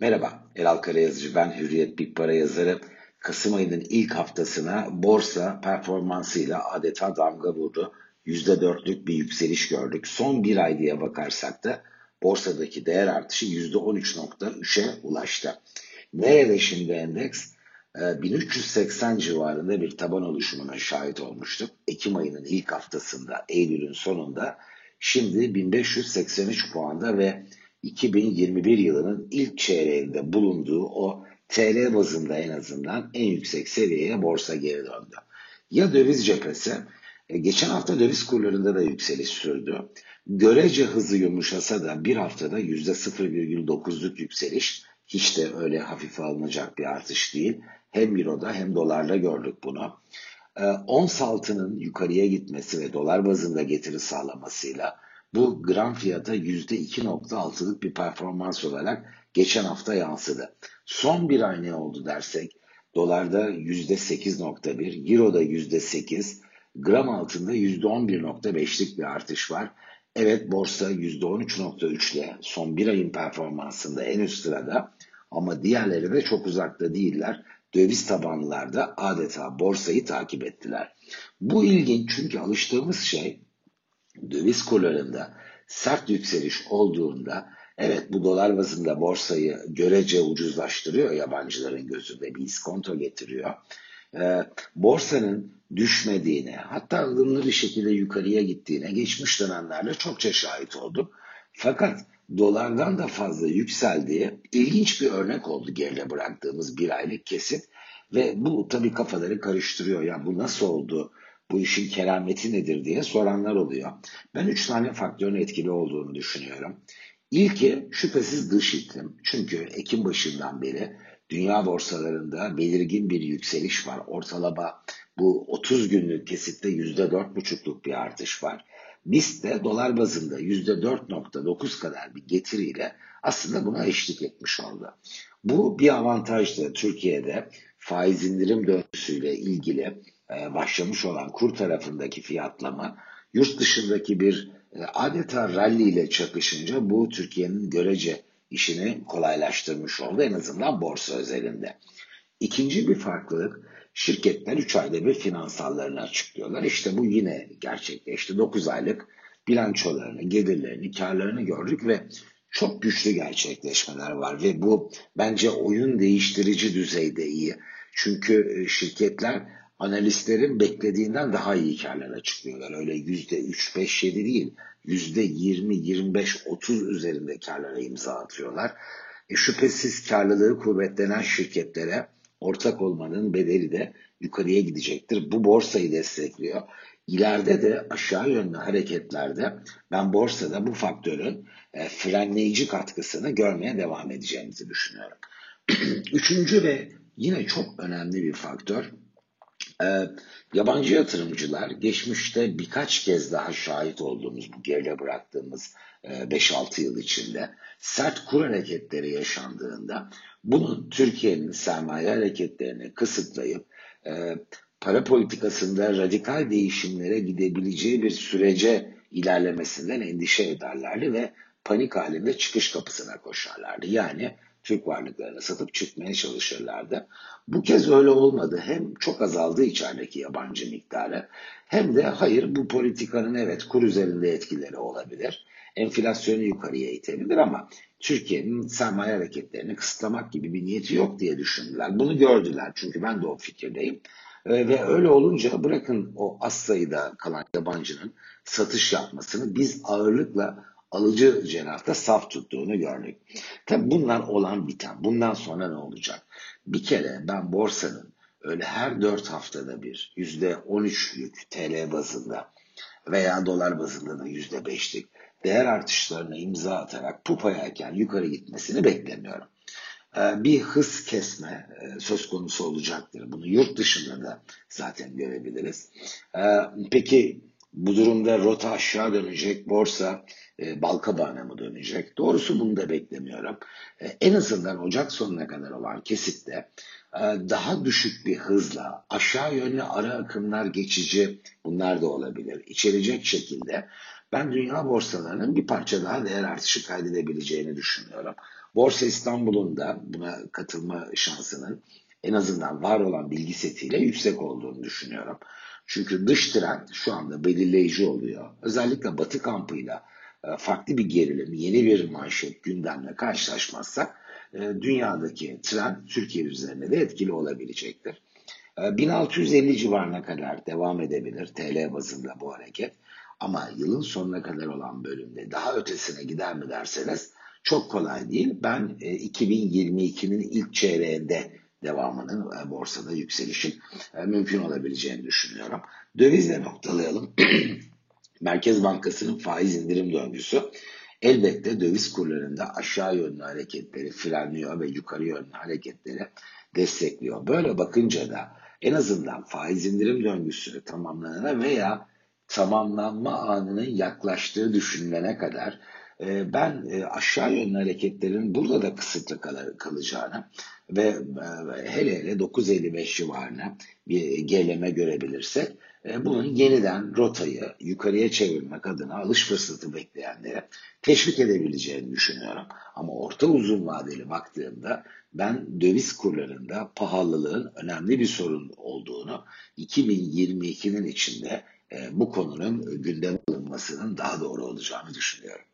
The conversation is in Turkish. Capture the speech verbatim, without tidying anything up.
Merhaba, Elal Karayazıcı ben, Hürriyet Big Para yazarı. Kasım ayının ilk haftasına borsa performansıyla adeta damga vurdu. yüzde dörtlük bir yükseliş gördük. Son bir ay diye bakarsak da borsadaki değer artışı yüzde on üç nokta üçe ulaştı. Nerede şimdi endeks? Ee, bin üç yüz seksen civarında bir taban oluşumuna şahit olmuştuk. Ekim ayının ilk haftasında, Eylül'ün sonunda, şimdi bin beş yüz seksen üç puanda ve iki bin yirmi bir yılının ilk çeyreğinde bulunduğu o T L bazında en azından en yüksek seviyeye borsa geri döndü. Ya döviz cephesi, e, geçen hafta döviz kurlarında da yükseliş sürdü. Görece hızı yumuşasa da bir haftada yüzde sıfır virgül dokuzluk yükseliş, hiç de öyle hafife alınacak bir artış değil. Hem Euro'da hem dolarda gördük bunu. E, ons altının yukarıya gitmesi ve dolar bazında getiri sağlamasıyla bu gram fiyata yüzde iki nokta altılık bir performans olarak geçen hafta yansıdı. Son bir ay ne oldu dersek, dolarda yüzde sekiz nokta bir, Euro'da yüzde sekiz, gram altında yüzde on bir nokta beşlik bir artış var. Evet, borsa yüzde on üç nokta üç ile son bir ayın performansında en üst sırada, ama diğerleri de çok uzakta değiller. Döviz tabanlılarda adeta borsayı takip ettiler. Bu ilginç, çünkü alıştığımız şey, döviz kurlarında sert yükseliş olduğunda evet, bu dolar bazında borsayı görece ucuzlaştırıyor, yabancıların gözünde bir iskonto getiriyor. Ee, borsanın düşmediğine, hatta ılımlı bir şekilde yukarıya gittiğine geçmiş dönemlerde çokça şahit olduk. Fakat dolardan da fazla yükseldiği ilginç bir örnek oldu geride bıraktığımız bir aylık kesit. Ve bu tabii kafaları karıştırıyor. Ya bu nasıl oldu? Bu işin kerameti nedir diye soranlar oluyor. Ben üç tane faktörün etkili olduğunu düşünüyorum. İlki şüphesiz dış iklim. Çünkü Ekim başından beri dünya borsalarında belirgin bir yükseliş var. Ortalama bu otuz günlük kesitte yüzde dört buçukluk bir artış var. Biz de dolar bazında yüzde dört nokta dokuz kadar bir getiriyle aslında buna eşlik etmiş oldu. Bu bir avantajdı. Türkiye'de faiz indirim döngüsüyle ilgili e, başlamış olan kur tarafındaki fiyatlama, yurt dışındaki bir e, adeta rally ile çakışınca bu Türkiye'nin görece işini kolaylaştırmış oldu, en azından borsa özelinde. İkinci bir farklılık, şirketler üç ayda bir finansallarını açıklıyorlar. İşte bu yine gerçekleşti. dokuz aylık bilançolarını, gelirlerini, karlarını gördük ve çok güçlü gerçekleşmeler var ve bu bence oyun değiştirici düzeyde iyi. Çünkü e, şirketler analistlerin beklediğinden daha iyi karlar açıklıyorlar. Öyle yüzde üç, beş, yedi değil, yüzde yirmi, yirmi beş, otuz üzerinde karlara imza atıyorlar. E, şüphesiz karlılığı kuvvetlenen şirketlere ortak olmanın bedeli de yukarıya gidecektir. Bu borsayı destekliyor. İleride de aşağı yönlü hareketlerde ben borsada bu faktörün e, frenleyici katkısını görmeye devam edeceğimizi düşünüyorum. Üçüncü ve yine çok önemli bir faktör, ee, yabancı yatırımcılar geçmişte birkaç kez daha şahit olduğumuz, bu geride bıraktığımız e, beş altı yıl içinde sert kur hareketleri yaşandığında bunun Türkiye'nin sermaye hareketlerini kısıtlayıp e, para politikasında radikal değişimlere gidebileceği bir sürece ilerlemesinden endişe ederlerdi ve panik halinde çıkış kapısına koşarlardı. Yani Türk varlıklarını satıp çıkmaya çalışırlardı. Bu kez öyle olmadı. Hem çok azaldı içerideki yabancı miktarı, hem de hayır, bu politikanın evet kur üzerinde etkileri olabilir. Enflasyonu yukarıya itebilir ama Türkiye'nin sermaye hareketlerini kısıtlamak gibi bir niyeti yok diye düşündüler. Bunu gördüler, çünkü ben de o fikirdeyim. Ee, ve öyle olunca bırakın o az sayıda kalan yabancının satış yapmasını, biz ağırlıkla alıcı cenahta saf tuttuğunu gördük. Tabii bunlar olan biten. Bundan sonra ne olacak? Bir kere ben borsanın öyle her dört haftada bir yüzde on üçlük T L bazında veya dolar bazında da yüzde beşlik değer artışlarına imza atarak pupa yelken yukarı gitmesini beklemiyorum. Ee, bir hız kesme e, söz konusu olacaktır. Bunu yurt dışında da zaten görebiliriz. Ee, peki bu durumda rota aşağı dönecek, borsa e, balkabağına mı dönecek? Doğrusu bunu da beklemiyorum. E, en azından Ocak sonuna kadar olan kesitte e, daha düşük bir hızla aşağı yönlü ara akımlar, geçici, bunlar da olabilir, içerecek şekilde ben dünya borsalarının bir parça daha değer artışı kaydedebileceğini düşünüyorum. Borsa İstanbul'un da buna katılma şansının en azından var olan bilgi setiyle yüksek olduğunu düşünüyorum. Çünkü dış trend şu anda belirleyici oluyor. Özellikle Batı kampıyla e, farklı bir gerilim, yeni bir manşet gündemle karşılaşmazsak e, dünyadaki trend Türkiye üzerine de etkili olabilecektir. E, bin altı yüz elli civarına kadar devam edebilir T L bazında bu hareket. Ama yılın sonuna kadar olan bölümde daha ötesine gider mi derseniz çok kolay değil. Ben e, iki bin yirmi ikinin ilk çeyreğinde devamının e, borsada yükselişin e, mümkün olabileceğini düşünüyorum. Dövizle noktalayalım. Merkez Bankası'nın faiz indirim döngüsü elbette döviz kurlarında aşağı yönlü hareketleri frenliyor ve yukarı yönlü hareketleri destekliyor. Böyle bakınca da en azından faiz indirim döngüsü tamamlanana veya tamamlanma anının yaklaştığı düşünülene kadar e, ben e, aşağı yönlü hareketlerin burada da kısıtlı kal- kalacağını ve e, hele hele dokuz elli beş civarına bir gerileme görebilirsek e, bunun yeniden rotayı yukarıya çevirmek adına alış fırsatı bekleyenlere teşvik edebileceğini düşünüyorum. Ama orta uzun vadeli baktığımda ben döviz kurlarında pahalılığın önemli bir sorun olduğunu, iki bin yirmi ikinin içinde e, bu konunun gündeme alınmasının daha doğru olacağını düşünüyorum.